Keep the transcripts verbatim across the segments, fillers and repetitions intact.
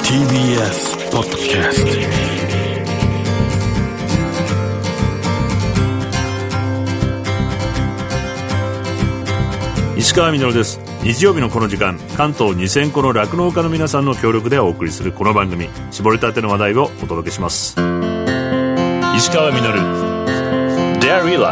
ティービーエス ポッドキャスト石川みのるです。日曜日のこの時間、関東にせんこの酪農家の皆さんの協力でお送りするこの番組、絞りたての話題をお届けします。石川みのるメ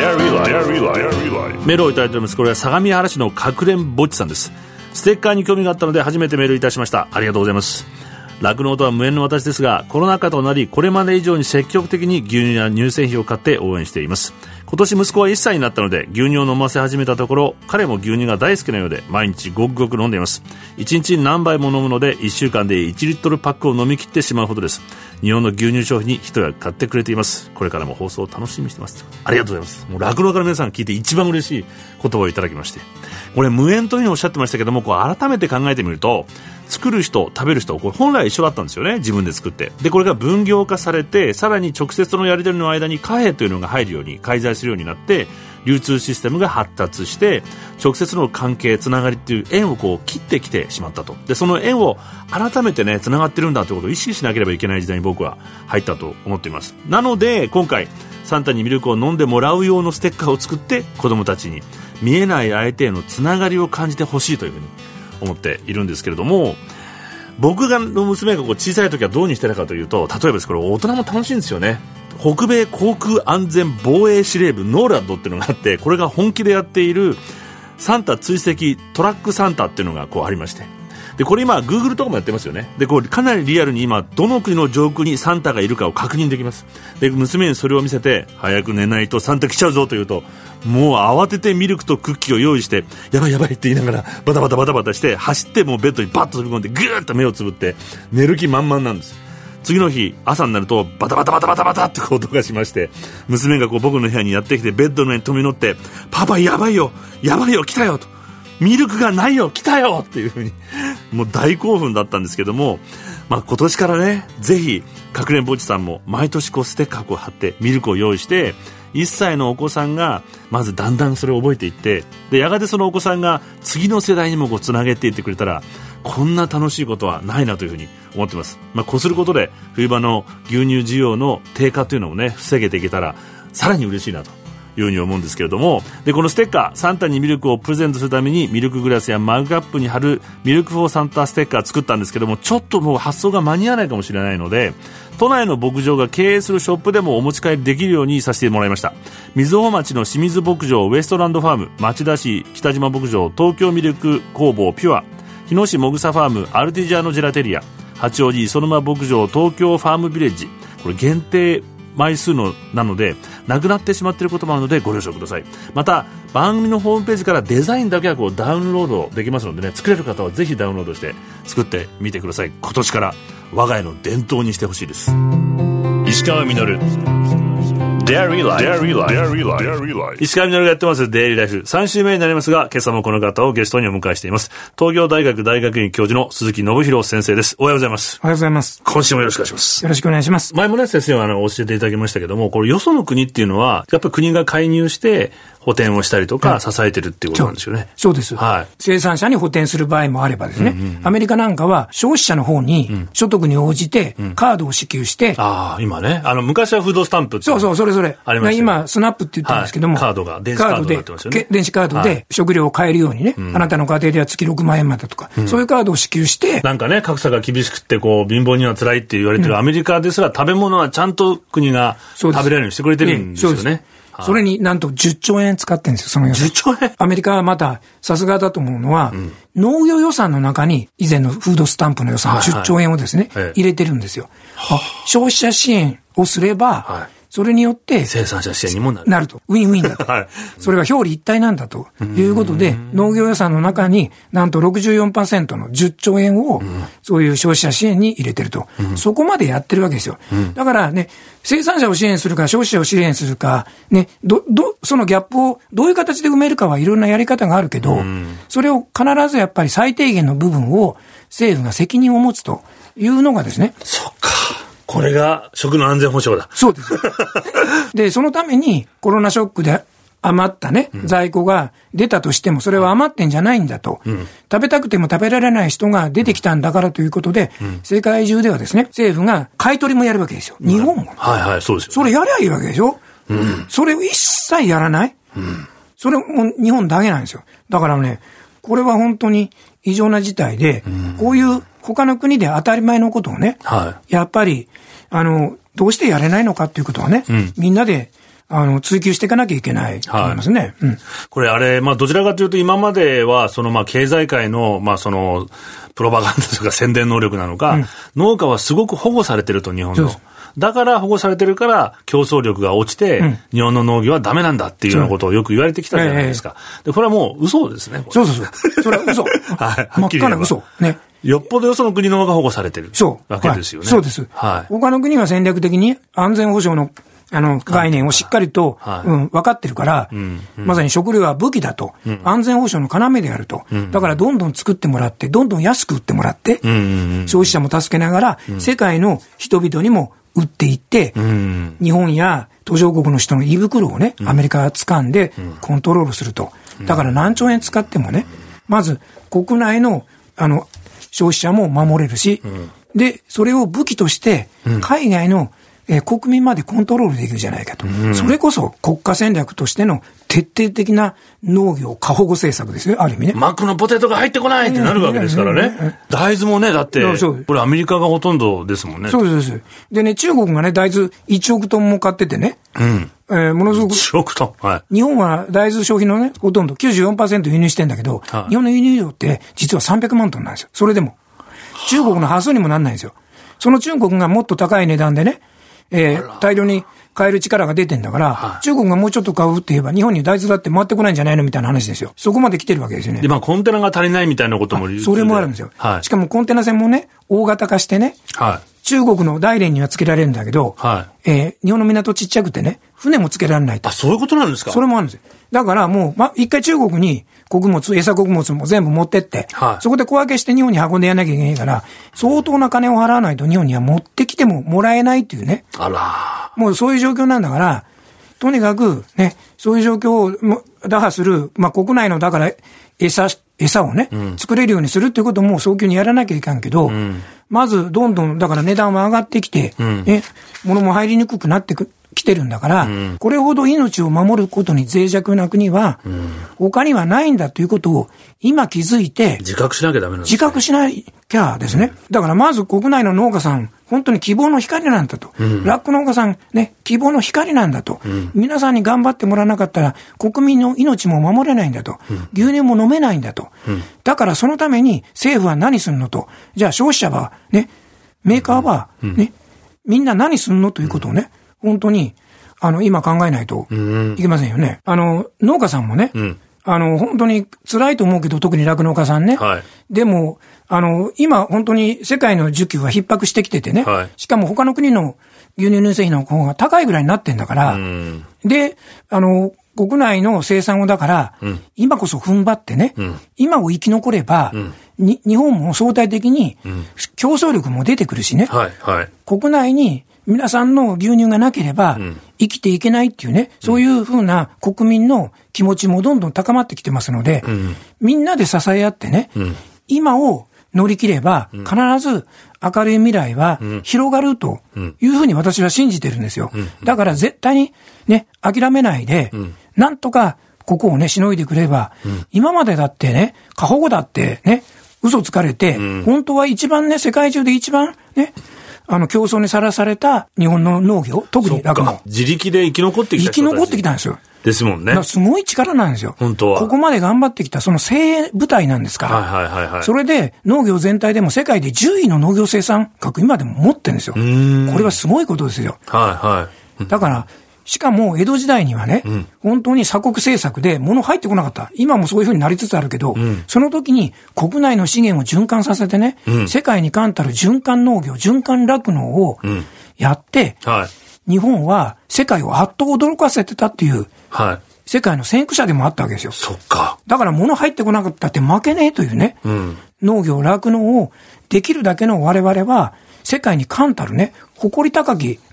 ールをいただいております。これは相模原市のかくれんぼっちさんです。ステッカーに興味があったので初めてメールいたしました。ありがとうございます。酪農とは無縁の私ですが、コロナ禍となりこれまで以上に積極的に牛乳や乳製品を買って応援しています。今年息子はいっさいになったので牛乳を飲ませ始めたところ、彼も牛乳が大好きなようで毎日ごくごく飲んでいます。いちにちに何杯も飲むのでいっしゅうかんでいちリットルパックを飲み切ってしまうほどです。日本の牛乳消費に一役買ってくれています。これからも放送を楽しみにしてます。ありがとうございます。もう酪農家の皆さん聞いて一番嬉しい言葉をいただきまして、これ無縁というふうにおっしゃってましたけども、こう改めて考えてみると、作る人食べる人これ本来一緒だったんですよね。自分で作って、でこれが分業化されて、さらに直接のやり取りの間に貨幣というのが入るように介在するようになって、流通システムが発達して直接の関係つながりっていう縁をこう切ってきてしまったと。でその縁を改めてねつながってるんだということを意識しなければいけない時代に僕は入ったと思っています。なので今回サンタにミルクを飲んでもらう用のステッカーを作って子どもたちに見えない相手へのつながりを感じてほしいというふうに思っているんですけれども、僕がの娘がこう小さい時はどうにしてたかというと、例えばですこれ大人も楽しいんですよね。北米航空安全防衛司令部ノーラッドっていうのがあって、これが本気でやっているサンタ追跡トラックサンタっていうのがこうありまして、でこれ今 Google とかもやってますよね。でこうかなりリアルに今どの国の上空にサンタがいるかを確認できます。で娘にそれを見せて、早く寝ないとサンタ来ちゃうぞというと、もう慌ててミルクとクッキーを用意して、やばいやばいって言いながらバタバタバタバタして走って、もうベッドにバッと飛び込んでグーッと目をつぶって寝る気満々なんです。次の日朝になるとバタバタバタバタバタって音がしまして、娘がこう僕の部屋にやってきてベッドの上に飛び乗って、パパやばいよやばいよ来たよと、ミルクがないよ来たよっていう風にもう大興奮だったんですけども、まあ、今年からねぜひかくれんぼっちさんも毎年こうステッカーを貼ってミルクを用意して、いっさいのお子さんがまずだんだんそれを覚えていって、でやがてそのお子さんが次の世代にもこうつなげていってくれたら、こんな楽しいことはないなというふうに思ってます。まあ、こうすることで冬場の牛乳需要の低下というのをね防げていけたらさらに嬉しいなというふうに思うんですけれども、でこのステッカーサンタにミルクをプレゼントするためにミルクグラスやマグカップに貼るミルクフォーサンタステッカー作ったんですけども、ちょっともう発送が間に合わないかもしれないので、都内の牧場が経営するショップでもお持ち帰りできるようにさせてもらいました。瑞穂町の清水牧場ウエストランドファーム、町田市北島牧場東京ミルク工房ピュア、日野市もぐさファームアルティジャーノジェラテリア、八王子磯沼牧場東京ファームビレッジ、これ限定枚数のなのでなくなってしまっていることもあるのでご了承ください。また番組のホームページからデザインだけはこうダウンロードできますのでね、作れる方はぜひダウンロードして作ってみてください。今年から我が家の伝統にしてほしいです。石川みのるデイリーライフ、石川みのるがやってますデイリーライフさん週目になりますが、今朝もこの方をゲストにお迎えしています。東京大学大学院教授の鈴木信弘先生です。おはようございます。 おはようございます。 今週もよろしくお願いします。 よろしくお願いします。 前もね先生はあの教えていただきましたけども、これよその国っていうのはやっぱり国が介入して補填をしたりとか支えてるっていうことなんですよね。 そう、そうです、はい。生産者に補填する場合もあればですね、うんうんうん、アメリカなんかは消費者の方に所得に応じてカードを支給して、うん、 ああ今ね、あの昔はフードスタンプってそうそうそれそれありました、ね、 今スナップって言ってるんですけども、 はい、カードが電子カードになってますよね。 電子カードで食料を買えるようにね、はい、あなたの家庭では月ろくまんえんまでとか、うん、そういうカードを支給して、 なんかね格差が厳しくってこう貧乏には辛いって言われてるアメリカですら、食べ物はちゃんと国が食べられるようにしてくれてるんですよね。 それになんとじゅっちょうえん使ってるんですよ、その予算。 じゅっちょうえん？ アメリカはまたさすがだと思うのは、うん、農業予算の中に以前のフードスタンプの予算じゅっちょうえんをですね、はいはい、入れてるんですよ。あ、消費者支援をすれば、はい、それによって生産者支援にもなる。 なると。ウィンウィンだと。はい、それが表裏一体なんだということで、農業予算の中になんと ろくじゅうよんパーセント のじゅっちょうえんをそういう消費者支援に入れてると。うん、そこまでやってるわけですよ。うん、だからね、生産者を支援するか消費者を支援するか、ね、ど、ど、そのギャップをどういう形で埋めるかはいろんなやり方があるけど、うん、それを必ずやっぱり最低限の部分を政府が責任を持つというのがですね。 そっか。これが食の安全保障だ。 そうです。で、そのためにコロナショックで余ったね、うん、在庫が出たとしても、それは余ってんじゃないんだと、うん、食べたくても食べられない人が出てきたんだからということで、うん、世界中ではですね、政府が買い取りもやるわけですよ。日本も。 はいはい、そうですよ、ね。 それやりゃいいわけでしょ。うん、それを一切やらない、うん、それも日本だけなんですよ。だからね、これは本当に異常な事態で、うん、こういう他の国で当たり前のことをね、はい、やっぱり、あの、どうしてやれないのかっていうことはね、うん、みんなで、あの、追求していかなきゃいけないと思いますね。はいうん、 これあれ、まあ、どちらかというと今までは、その、まあ、経済界の、まあ、その、プロパガンダとか宣伝能力なのか、うん、農家はすごく保護されてると、日本の。だから保護されてるから競争力が落ちて、うん、日本の農業はダメなんだっていうようなことをよく言われてきたじゃないですか。えー、でこれはもう嘘ですね。 そうそうそう。それは嘘。はい。真っ赤な嘘。ね。 よっぽどよその国の方が保護されてるわけですよね。 そう、はい、そうです。はい。他の国は戦略的に安全保障のあの概念をしっかりと、はいうん、分かってるから、うんうん、まさに食料は武器だと、うん、安全保障の要であると、うん、だからどんどん作ってもらって、どんどん安く売ってもらって、うんうんうん、消費者も助けながら、うん、世界の人々にも売っていって、うん、日本や途上国の人の胃袋をね、アメリカが掴んでコントロールすると。だから何兆円使ってもね、まず国内の、あの、消費者も守れるし、うん、で、それを武器として海外の、えー、国民までコントロールできるじゃないかと、うん。それこそ国家戦略としての徹底的な農業過保護政策ですよ、ある意味ね。 マックのポテトが入ってこないってなるわけですからね。大豆もね、だって、これアメリカがほとんどですもんね。 そうです。でね、中国がね、大豆いちおくトンも買っててね。うん。えー、ものすごく。いちおくトン。はい。 日本は大豆消費のね、ほとんど きゅうじゅうよんパーセント 輸入してんだけど、はい、日本の輸入量って実はさんびゃくまんトンなんですよ。それでも。中国の端数にもなんないんですよ。その中国がもっと高い値段でね、えー、大量に買える力が出てんだから、はい、中国がもうちょっと買うって言えば日本に大豆だって回ってこないんじゃないのみたいな話ですよ。そこまで来てるわけですよね。 で、まあコンテナが足りないみたいなこともそれもあるんですよ。はい、しかもコンテナ船もね、大型化してね、はい、中国の大連にはつけられるんだけど、はい、えー、日本の港ちっちゃくてね、船もつけられないと。 あ、そういうことなんですか。 それもあるんですよ。だからもう、ま、一回中国に穀物、餌穀物も全部持ってって、はい、そこで小分けして日本に運んでやらなきゃいけないから、相当な金を払わないと日本には持ってきてももらえないっていうね。あら。もうそういう状況なんだから、とにかくね、そういう状況を打破する、まあ、国内のだから餌、餌をね、うん、作れるようにするっていうことも早急にやらなきゃいかんけど、うん、まずどんどんだから値段も上がってきて、うん、ね、物も入りにくくなってく、来てるんだから、うん、これほど命を守ることに脆弱な国は、うん、他にはないんだということを今気づいて、 自覚しなきゃダメなんですね。 自覚しなきゃですね。だからまず国内の農家さん、本当に希望の光なんだと。うん、ラック農家さん、ね、希望の光なんだと、うん。皆さんに頑張ってもらわなかったら、国民の命も守れないんだと。うん、牛乳も飲めないんだと。うん、だからそのために政府は何するのと。じゃあ消費者は、ね、メーカーは、ね、うん、みんな何するのということをね、本当に、あの、今考えないといけませんよね。うん、あの、農家さんもね、うん、あの、本当に辛いと思うけど、特に酪農家さんね。はい、でも、あの、今本当に世界の需給は逼迫してきててね。はい、しかも他の国の牛乳乳製品の方が高いぐらいになってんだから。うん、で、あの、国内の生産をだから、うん、今こそ踏ん張ってね、うん、今を生き残れば、うんに、日本も相対的に競争力も出てくるしね。はいはい、国内に皆さんの牛乳がなければ生きていけないっていうね、うん、そういうふうな国民の気持ちもどんどん高まってきてますので、うん、みんなで支え合ってね、うん、今を乗り切れば必ず明るい未来は広がるというふうに私は信じてるんですよ。だから絶対にね、諦めないで、なんとかここをね、しのいでくれば、今までだってね、過保護だってね、嘘つかれて、本当は一番ね、世界中で一番ね、あの、競争にさらされた日本の農業、特に酪農。 自力で生き残ってきた人たち。 生き残ってきたんですよ。 ですもんね。 すごい力なんですよ。 本当は。 ここまで頑張ってきた、その精鋭部隊なんですから。はいはいはいはい。それで、農業全体でも世界でじゅういの農業生産額、今でも持ってるんですよ。これはすごいことですよ。はいはい。だから、しかも江戸時代にはね、うん、本当に鎖国政策で物入ってこなかった。今もそういうふうになりつつあるけど、うん、その時に国内の資源を循環させてね、うん、世界に冠たる循環農業、循環酪農をやって、うんはい、日本は世界をあっと驚かせてたっていう、はい、世界の先駆者でもあったわけですよ。 そっか。 だから物入ってこなかったって負けねえというね、うん、農業、酪農をできるだけの我々は世界に冠たるね、誇り高きね、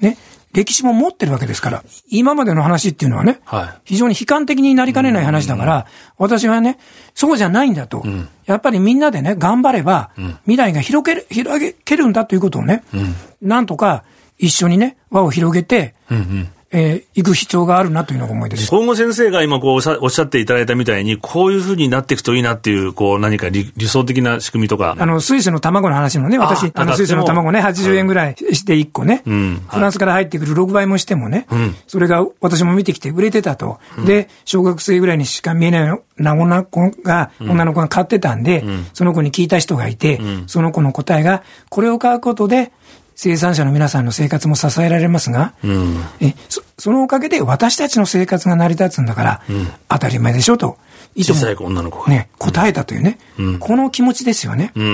歴史も持ってるわけですから、今までの話っていうのはね、はい、非常に悲観的になりかねない話だから、私はね、そうじゃないんだと。うん、やっぱりみんなでね、頑張れば、うん、未来が広げる、広げるんだということをね、うん、なんとか一緒にね、輪を広げて、うんうんえー、行く必要があるなというのが思いです。 今後先生が今こうおっしゃっていただいたみたいに、こういうふうになっていくといいなっていう、こう何か 理, 理想的な仕組みとか。 あの、スイスの卵の話もね、私、あの、スイスの卵ね、はちじゅうえんぐらいしていっこね、うん、フランスから入ってくるろくばいもしてもね、うん、それが私も見てきて売れてたと。うん、で、小学生ぐらいにしか見えない女の子が、うん、女の子が買ってたんで、うん、その子に聞いた人がいて、うん、その子の答えが、これを買うことで、生産者の皆さんの生活も支えられますが、うん、え そ, そのおかげで私たちの生活が成り立つんだから、うん、当たり前でしょと。 小さい女の子が、 ね、答えたというね、うん、この気持ちですよね、うん。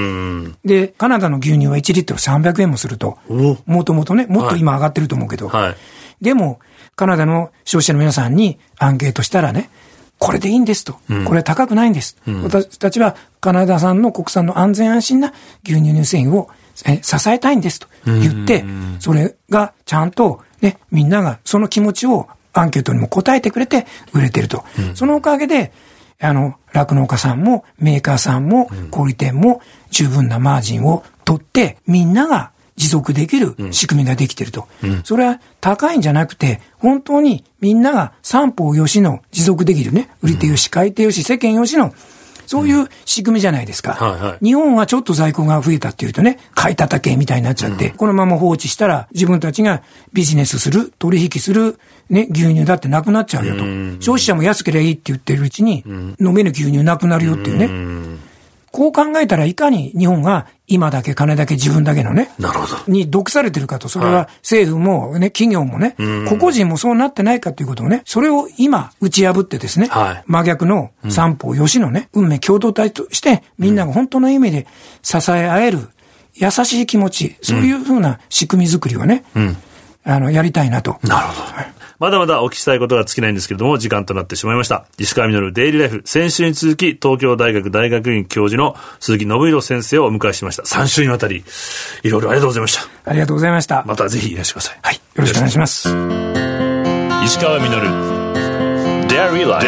で、カナダの牛乳はいちリットルさんびゃくえんもすると。もともとね、もっと今上がってると思うけど。はい、でも、カナダの消費者の皆さんにアンケートしたらね、これでいいんですと。うん、これは高くないんです、うん。私たちはカナダ産の国産の安全安心な牛乳乳製品をえ支えたいんですと言って、それがちゃんとね、みんながその気持ちをアンケートにも答えてくれて売れてると。うん、そのおかげで、あの、酪農家さんもメーカーさんも小売店も十分なマージンを取って、みんなが持続できる仕組みができてると。うん、それは高いんじゃなくて、本当にみんなが三方よしの持続できるね、売り手よし、買い手よし、世間よしのそういう仕組みじゃないですか、うんはいはい。日本はちょっと在庫が増えたっていうとね、買い叩けみたいになっちゃって、うん、このまま放置したら自分たちがビジネスする、取引する、ね、牛乳だってなくなっちゃうよと。うん、消費者も安ければいいって言ってるうちに、うん、飲める牛乳なくなるよっていうね。うんこう考えたらいかに日本が今だけ金だけ自分だけのね、 なるほど。 に毒されてるかと、それは政府もね、企業もね、個々人もそうなってないかということをね、それを今打ち破ってですね、はい、真逆の三方よしのね、運命共同体としてみんなが本当の意味で支え合える優しい気持ち、そういうふうな仕組み作りをね、うん、あの、やりたいなと。 なるほど。はいまだまだお聞きしたいことが尽きないんですけれども、時間となってしまいました。石川稔デイリーライフ。先週に続き、東京大学大学院教授の鈴木信弘先生をお迎えしました。さん週にわたり、いろいろありがとうございました。 ありがとうございました。 またぜひいらしてください。 はい。よろしくお願いします。 石川稔デイリーライ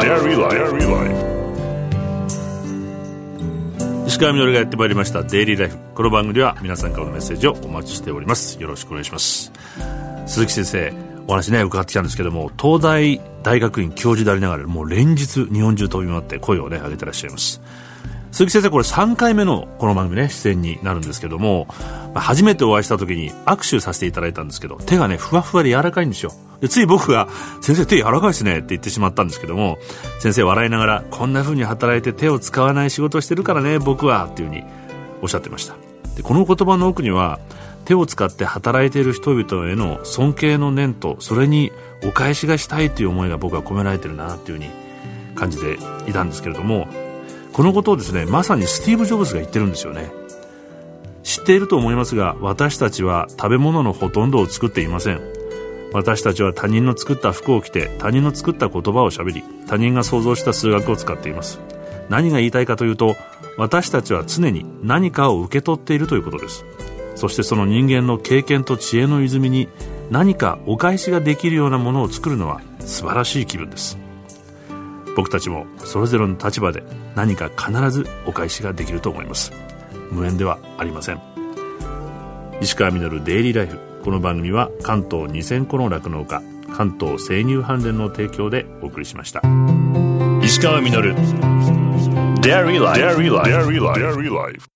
フ。石川稔がやってまいりましたデイリーライフ。この番組では皆さんからのメッセージをお待ちしております。よろしくお願いします。鈴木先生、お話ね伺ってきたんですけども、東大大学院教授でありながらもう連日日本中飛び回って声をね上げてらっしゃいます。鈴木先生、これさんかいめのこの番組ね出演になるんですけども、まあ、初めてお会いした時に握手させていただいたんですけど、手がねふわふわで柔らかいんですよ。でつい僕が先生手柔らかいですねって言ってしまったんですけども、先生笑いながら、こんな風に働いて手を使わない仕事をしてるからね僕はっていう風におっしゃってました。でこの言葉の奥には、手を使って働いている人々への尊敬の念と、それにお返しがしたいという思いが僕は込められているなというふうに感じていたんですけれども、このことをですね、まさにスティーブ・ジョブズが言ってるんですよね。知っていると思いますが、私たちは食べ物のほとんどを作っていません。私たちは他人の作った服を着て、他人の作った言葉をしゃべり、他人が想像した数学を使っています。何が言いたいかというと、私たちは常に何かを受け取っているということです。そしてその人間の経験と知恵の泉に何かお返しができるようなものを作るのは素晴らしい気分です。僕たちもそれぞれの立場で何か必ずお返しができると思います。無縁ではありません。石川稔デイリーライフ。この番組は関東にせんこの酪農家、関東生乳関連の提供でお送りしました。石川稔デイリーライフ。